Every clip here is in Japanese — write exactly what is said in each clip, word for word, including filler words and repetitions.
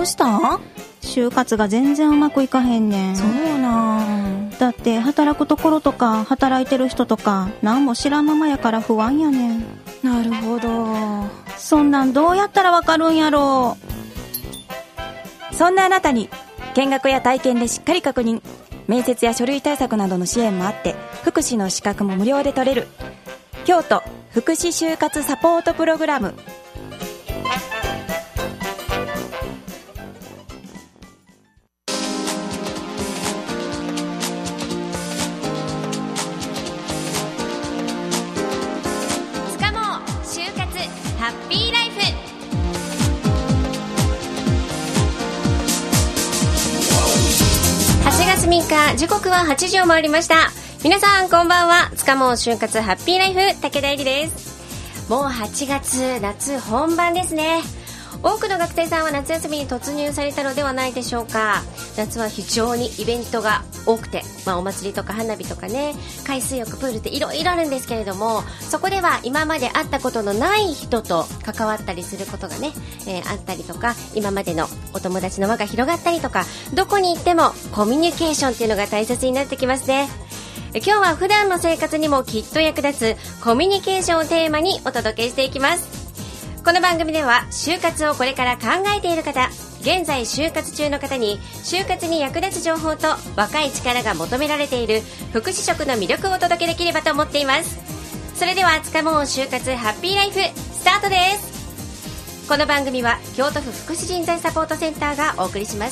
うしたん？就活が全然うまくいかへんねん。 そうなんだって働くところとか働いてる人とか何も知らんままやから不安やねん。 なるほど。 そんなんどうやったらわかるんやろう。そんなあなたに見学や体験でしっかり確認、面接や書類対策などの支援もあって福祉の資格も無料で取れる京都福祉就活サポートプログラム。 時刻ははちじを回りました。皆さんこんばんは。つかも就活ハッピーライフ、武田絵里です。もうはちがつ、夏本番ですね。多くの学生さんは夏休みに突入されたのではないでしょうか。夏は非常にイベントが多くて、まあ、お祭りとか花火とかね、海水浴プールっていろいろあるんですけれども、そこでは今まで会ったことのない人と関わったりすることがね、えー、あったりとか、今までのお友達の輪が広がったりとか、どこに行ってもコミュニケーションっていうのが大切になってきますね。今日は普段の生活にもきっと役立つコミュニケーションをテーマにお届けしていきます。この番組では就活をこれから考えている方、現在就活中の方に就活に役立つ情報と若い力が求められている福祉職の魅力をお届けできればと思っています。それではつかもう就活ハッピーライフスタートです。この番組は京都府福祉人材サポートセンターがお送りします。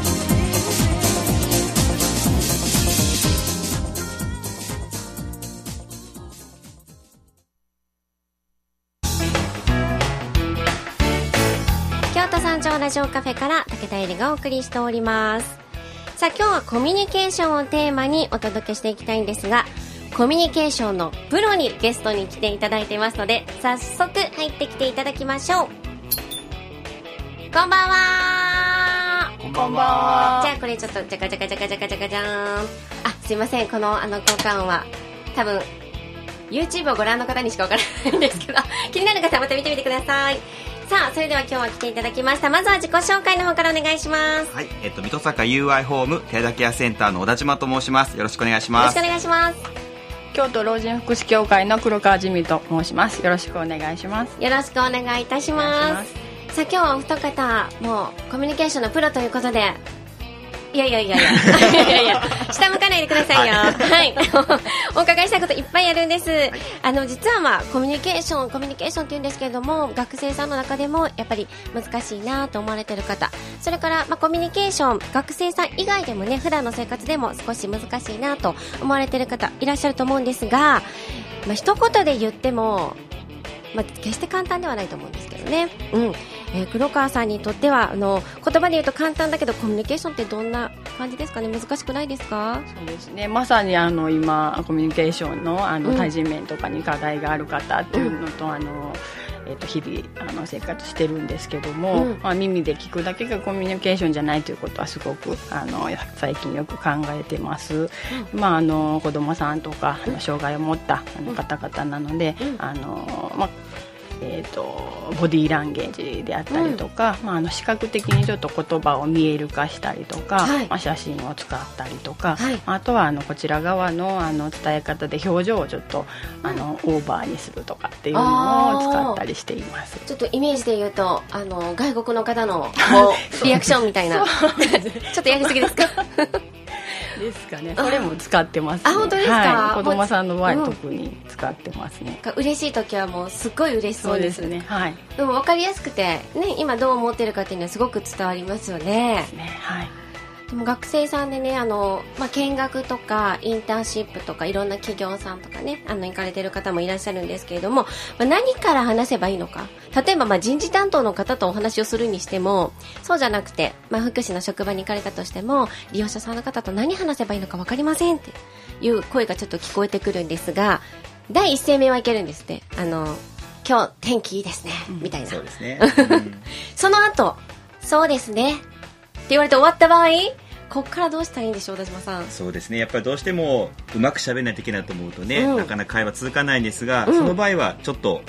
ラジオカフェから武田絵里がお送りしております。さあ今日はコミュニケーションをテーマにお届けしていきたいんですが、コミュニケーションのプロにゲストに来ていただいていますので、早速入ってきていただきましょう。こんばんは。 こんばんは。 じゃあこれちょっとジャカジャカジャカジャカジャカジャーン。あ、すいません、このあの交換は多分 YouTube をご覧の方にしかわからないんですけど、気になる方はまた見てみてください。さあそれでは今日は来ていただきました。まずは自己紹介の方からお願いします。 はい、えっと水戸坂 ユーアイ ホーム手田ケアセンターの小田島と申します。よろしくお願いします。 よろしくお願いします。 京都老人福祉協会の黒川ジミと申します。よろしくお願いします。 よろしくお願いいたします。さあ今日はお二方もうコミュニケーションのプロということで、いやいやいやいやいやいや下向かないでくださいよ。はい、お伺いしたいこといっぱいあるんです。はい、あの実はまあコミュニケーションコミュニケーションって言うんですけれども、学生さんの中でもやっぱり難しいなと思われている方、それからまあコミュニケーション学生さん以外でもね、普段の生活でも少し難しいなと思われている方いらっしゃると思うんですが、まあ一言で言ってもまあ、決して簡単ではないと思うんですけどね。うん、えー、黒川さんにとってはあの言葉で言うと簡単だけどコミュニケーションってどんな感じですかね。難しくないですか？ そうですね、まさにあの今コミュニケーション の, あの対人面とかに課題がある方っていうのと、うん、あのえー、と日々あの生活してるんですけども、うん、まあ、耳で聞くだけがコミュニケーションじゃないということはすごくあの最近よく考えてます。うん、まあ、あの子供さんとかあの障害を持ったあの方々なので、うん、あのまあえー、とボディーランゲージであったりとか、うん、まあ、あの視覚的にちょっと言葉を見える化したりとか、はい、まあ、写真を使ったりとか、はい、あとはあのこちら側 の, あの伝え方で表情をちょっとあのオーバーにするとかっていうのを使ったりしています。 ちょっとイメージで言うとあの外国の方のリアクションみたいなちょっとやりすぎですか？ ですかね。それも使ってますね。 あ、本当ですか？ はい、子供さんの場合特に使ってますね。 うん、嬉しい時はもうすごい嬉しそうです。 そうですね。はい。 でも分かりやすくてね、今どう思ってるかっていうのはすごく伝わりますよね。 ですね。はい。 でも学生さんでね、あの、まあ、見学とかインターンシップとかいろんな企業さんとかね、あの行かれてる方もいらっしゃるんですけれども、まあ、何から話せばいいのか、例えばまあ人事担当の方とお話をするにしてもそうじゃなくて、まあ、福祉の職場に行かれたとしても利用者さんの方と何話せばいいのか分かりませんっていう声がちょっと聞こえてくるんですが、第一声目はいけるんですって。あの今日天気いいですね、うん、みたいな。 そうですね、うん、 その後そうですねって言われて終わった場合、こっからどうしたらいいんでしょう、田島さん。 そうですね、やっぱりどうしてもうまく喋らないといけないと思うとね、うん、なかなか会話続かないんですが、 うん、 その場合はちょっと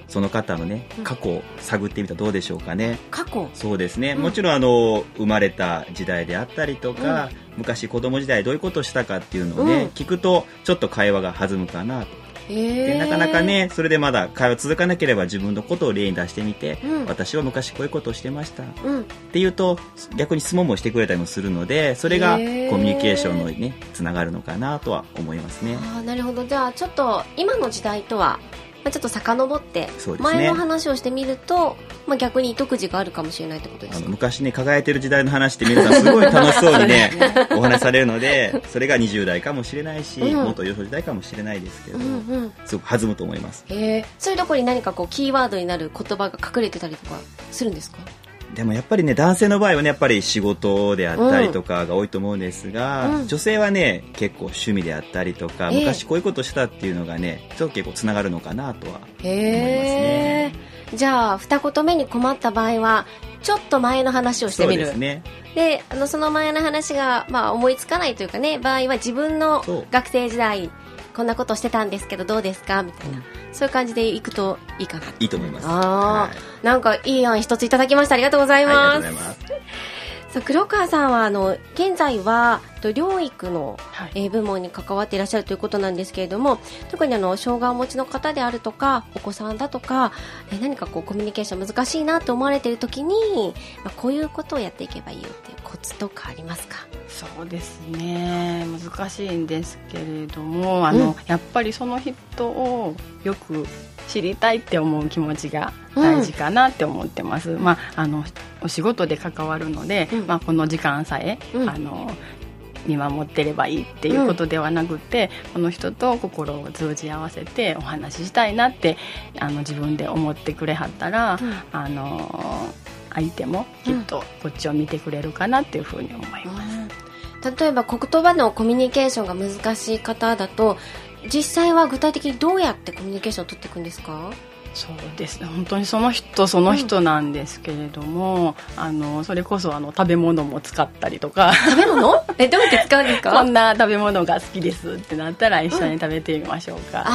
その方のね過去を探ってみたらどうでしょうかね。 過去。 そうですね、 うん、 もちろんあの生まれた時代であったりとか、うん、昔子供時代どういうことをしたかっていうのをね、うん、聞くとちょっと会話が弾むかなと。でなかなかねそれでまだ会話続かなければ自分のことを例に出してみて、うん、私は昔こういうことをしてました、うん、っていうと逆に質問もしてくれたりもするので、それがコミュニケーションのねつながるのかなとは思いますね。 あ、なるほど。じゃあちょっと今の時代とはちょっと遡って前の話をしてみると、ね、まあ、逆に糸くじがあるかもしれないってことですか。 あの昔ね輝いてる時代の話って皆さんすごい楽しそうにねお話されるので、それがにじゅう代かもしれないし、うん、もっと幼少時代かもしれないですけど、うんうん、すごく弾むと思います。 へー、そういうところに何かこうキーワードになる言葉が隠れてたりとかするんですか。 でもやっぱりね男性の場合はねやっぱり仕事であったりとかが多いと思うんですが、うん、女性はね結構趣味であったりとか、えー、昔こういうことしたっていうのがねちょっと結構つながるのかなとは思いますね。 じゃあ二言目に困った場合はちょっと前の話をしてみる。 そうですね。 であのその前の話が、まあ、思いつかないというかね場合は自分の学生時代こんなことしてたんですけどどうですかみたいな、うん、そういう感じでいくといいかな。 いいと思います。 あ、はい、なんかいい案一ついただきました。ありがとうございます。 はい、ありがとうございます。 さあ黒川さんはあの現在は療育の、はいえー、部門に関わっていらっしゃるということなんですけれども、特にあの障害をお持ちの方であるとかお子さんだとか、えー、何かこうコミュニケーション難しいなと思われているときに、まあ、こういうことをやっていけばいいよっていうコツとかありますか。 そうですね、難しいんですけれどもあの、うん、やっぱりその人をよく知りたいって思う気持ちが大事かなって思ってます、うん、まあ、あのお仕事で関わるので、うん、まあ、この時間さえ、うん、あの見守ってればいいっていうことではなくて、うん、この人と心を通じ合わせてお話ししたいなってあの自分で思ってくれはったら、うん、あの相手もきっとこっちを見てくれるかなっていうふうに思います、 うん、例えば言葉のコミュニケーションが難しい方だと実際は具体的にどうやってコミュニケーションを取っていくんですか。 そうですね、本当にその人その人なんですけれども、うん、あのそれこそあの食べ物も使ったりとか。 食べ物えどうやって使うんですか。 こんな食べ物が好きですってなったら一緒に食べてみましょうかとか、うん、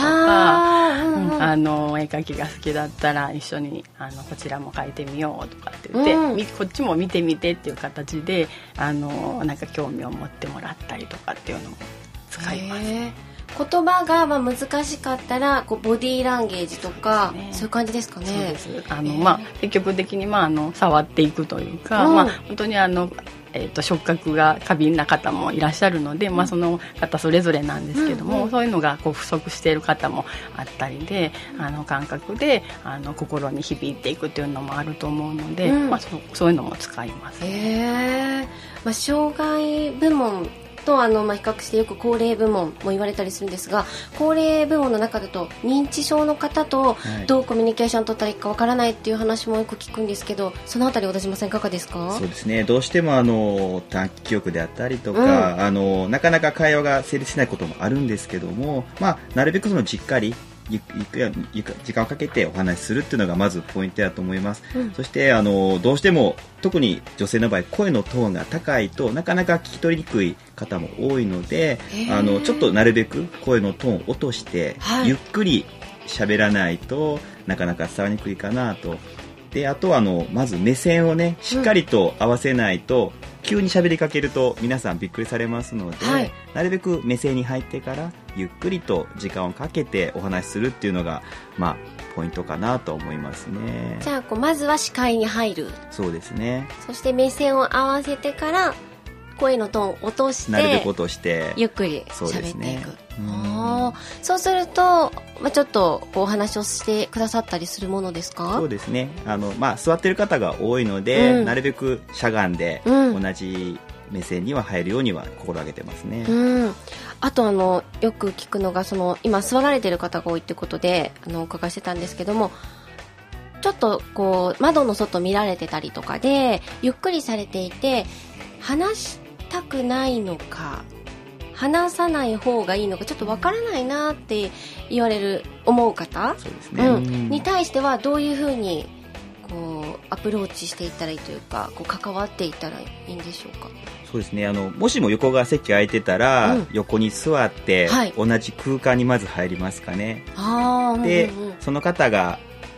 あ, あの絵描きが好きだったら一緒にあのこちらも描いてみようとかって言って、うん、こっちも見てみてっていう形であのなんか興味を持ってもらったりとかっていうのも使います。 言葉がまあ難しかったらこうボディーランゲージとか そう,、ね、そういう感じですかね。 そうですあの、まあ、積極的に、まあ、あの触っていくというか、うんまあ、本当にあの、えー、と触覚が過敏な方もいらっしゃるので、うんまあ、その方それぞれなんですけども、うんうん、そういうのがこう不足している方もあったりで、あの感覚であの心に響いていくというのもあると思うので、うんまあ、そ, そういうのも使います。 へー、まあ、障害部門とあの、まあ、比較してよく高齢部門も言われたりするんですが、高齢部門の中だと認知症の方とどうコミュニケーション取ったらいいかわからないっていう話もよく聞くんですけど、そのあたり小田島さんいかがですか。 そうですね、どうしてもあの短期記憶であったりとか、うん、あのなかなか会話が成立しないこともあるんですけども、まあ、なるべくそのじっかりゆくやゆく時間をかけてお話しするっていうのがまずポイントだと思います、うん、そしてあのどうしても特に女性の場合声のトーンが高いとなかなか聞き取りにくい方も多いので、あのちょっとなるべく声のトーンを落として、はい、ゆっくり喋らないとなかなか伝わりにくいかなと。であとはあのまず目線をねしっかりと合わせないと、うん、急に喋りかけると皆さんびっくりされますので、はい、なるべく目線に入ってからゆっくりと時間をかけてお話しするっていうのが、まあ、ポイントかなと思いますね。 じゃあこうまずは視界に入る。 そうですね。 そして目線を合わせてから声のトーンを落としてなるべく落としてゆっくり喋っていく。 ね、 あそうすると、まあ、ちょっとお話をしてくださったりするものですか。 そうですね、あの、まあ、座ってる方が多いので、うん、なるべくしゃがんで同じ目線には入るようには心がけてますね、 うん、あとあのよく聞くのがその今座られてる方が多いってことであのお伺いしてたんですけども、ちょっとこう窓の外見られてたりとかでゆっくりされていて話したくないのか話さない方がいいのかちょっとわからないなって言われる思う方、 そうですね、 うん、に対してはどういうふうにこうアプローチしていったらいいというかこう関わっていったらいいんでしょうか。 そうですね、あのもしも横が席空いてたら、うん、横に座って、はい、同じ空間にまず入りますかね。 あ、 で、 うんうん、 その方が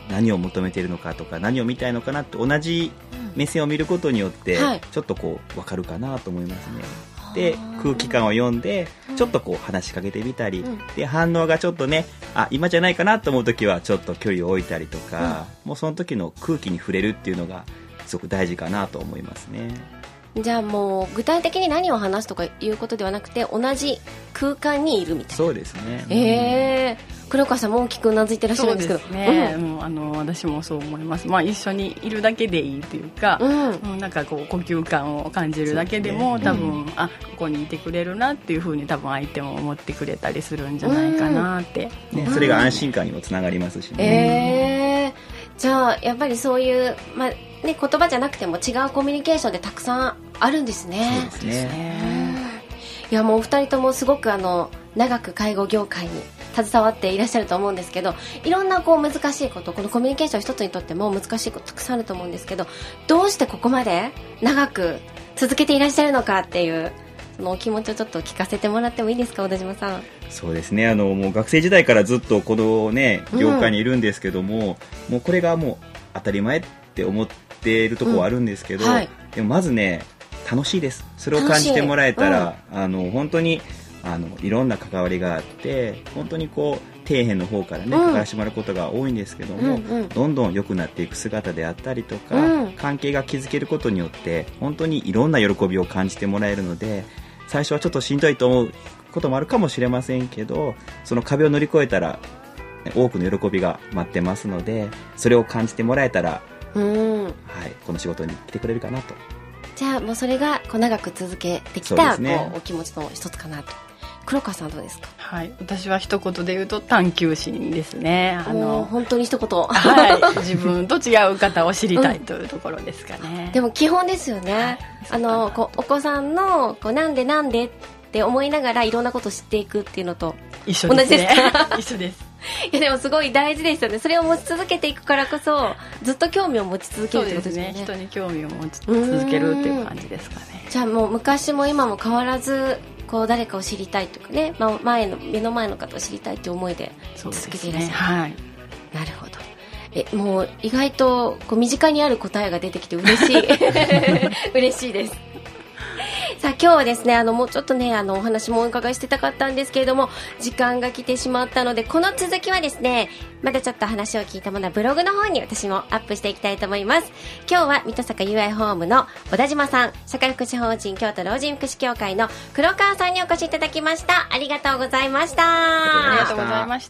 何を求めているのかとか何を見たいのかなって同じ目線を見ることによって、うんはい、ちょっとこう分かるかなと思いますね。で空気感を読んでちょっとこう話しかけてみたり、うん、で反応がちょっとねあ今じゃないかなと思う時はちょっと距離を置いたりとか、うん、もうその時の空気に触れるっていうのがすごく大事かなと思いますね。 じゃあもう具体的に何を話すとかいうことではなくて同じ空間にいるみたいな。 そうですね。 えー、黒川さんも大きくうなずいてらっしゃるんですけど。 そうですね、うん、もうあの私もそう思います。まあ、一緒にいるだけでいいというか、うん、なんかこう呼吸感を感じるだけでも、ね、多分、うん、あここにいてくれるなっていう風に多分相手も思ってくれたりするんじゃないかなって、 うんね、それが安心感にもつながりますしね、 えー、じゃあやっぱりそういう、まあね、言葉じゃなくても違うコミュニケーションでたくさんあるんですね。 そうですね。 いやもうお二人ともすごくあの長く介護業界に携わっていらっしゃると思うんですけど、いろんなこう難しいこと、このコミュニケーション一つにとっても難しいことたくさんあると思うんですけど、どうしてここまで長く続けていらっしゃるのかっていうそのお気持ちをちょっと聞かせてもらってもいいですか、小田島さん。 そうですね、あのもう学生時代からずっとこのね業界にいるんですけども、うん、もうこれがもう当たり前って思っているところはあるんですけど、うんはい、でもまずね楽しいです。それを感じてもらえたら、うん、あの本当にあのいろんな関わりがあって本当にこう底辺の方からね、うん、関わらせてもらうことが多いんですけども、うんうん、どんどん良くなっていく姿であったりとか、うん、関係が築けることによって本当にいろんな喜びを感じてもらえるので、最初はちょっとしんどいと思うこともあるかもしれませんけど、その壁を乗り越えたら多くの喜びが待ってますので、それを感じてもらえたら、うんはい、この仕事に来てくれるかなと。 じゃあもうそれがこう長く続けてきた、ね、こうお気持ちの一つかなと。黒川さんどうですか？ はい、私は一言で言うと探求心ですね。 あの本当に一言、 はい、自分と違う方を知りたいというところですかね、 うん、でも基本ですよね、はい、あのこうお子さんのこうなんでなんでって思いながらいろんなことを知っていくっていうのと一緒ですね。 同じですか？ 一緒です。 いやでもすごい大事ですよね。それを持ち続けていくからこそずっと興味を持ち続けるってことですよね。 そうですね、人に興味を持ち続けるっていう感じですかね。 じゃあもう昔も今も変わらずこう誰かを知りたいとかね、まあ、前の目の前の方を知りたいという思いで続けていらっしゃる、ねはい、なるほど。えもう意外とこう身近にある答えが出てきて嬉しい嬉しいです。さあ今日はですねあのもうちょっとねあのお話もお伺いしてたかったんですけれども時間が来てしまったので、この続きはですねまだちょっと話を聞いたものはブログの方に私もアップしていきたいと思います。今日は水戸坂 ユーアイ ホームの小田島さん、社会福祉法人京都老人福祉協会の黒川さんにお越しいただきました。ありがとうございました。 ありがとうございました。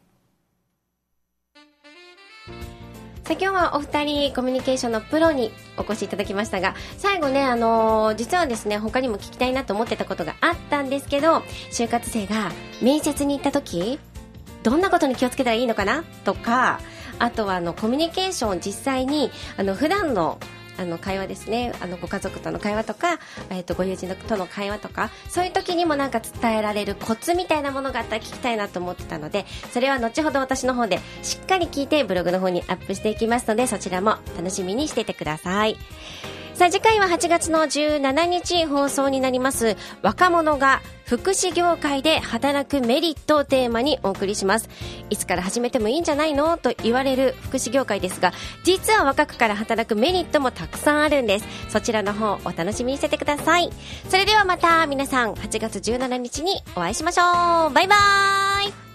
さあ今日はお二人コミュニケーションのプロにお越しいただきましたが、最後ね、あのー、実はですね他にも聞きたいなと思ってたことがあったんですけど、就活生が面接に行った時どんなことに気をつけたらいいのかなとか、あとはあのコミュニケーションを実際にあの普段のあの会話ですね、あのご家族との会話とか、えー、とご友人との会話とか、そういう時にもなんか伝えられるコツみたいなものがあったら聞きたいなと思ってたので、それは後ほど私の方でしっかり聞いてブログの方にアップしていきますので、そちらも楽しみにしていてください。さあ次回ははちがつのじゅうしちにち放送になります、若者が福祉業界で働くメリットをテーマにお送りします。いつから始めてもいいんじゃないのと言われる福祉業界ですが、実は若くから働くメリットもたくさんあるんです。そちらの方お楽しみにしててください。それではまた皆さんはちがつじゅうしちにちにお会いしましょう。バイバーイ。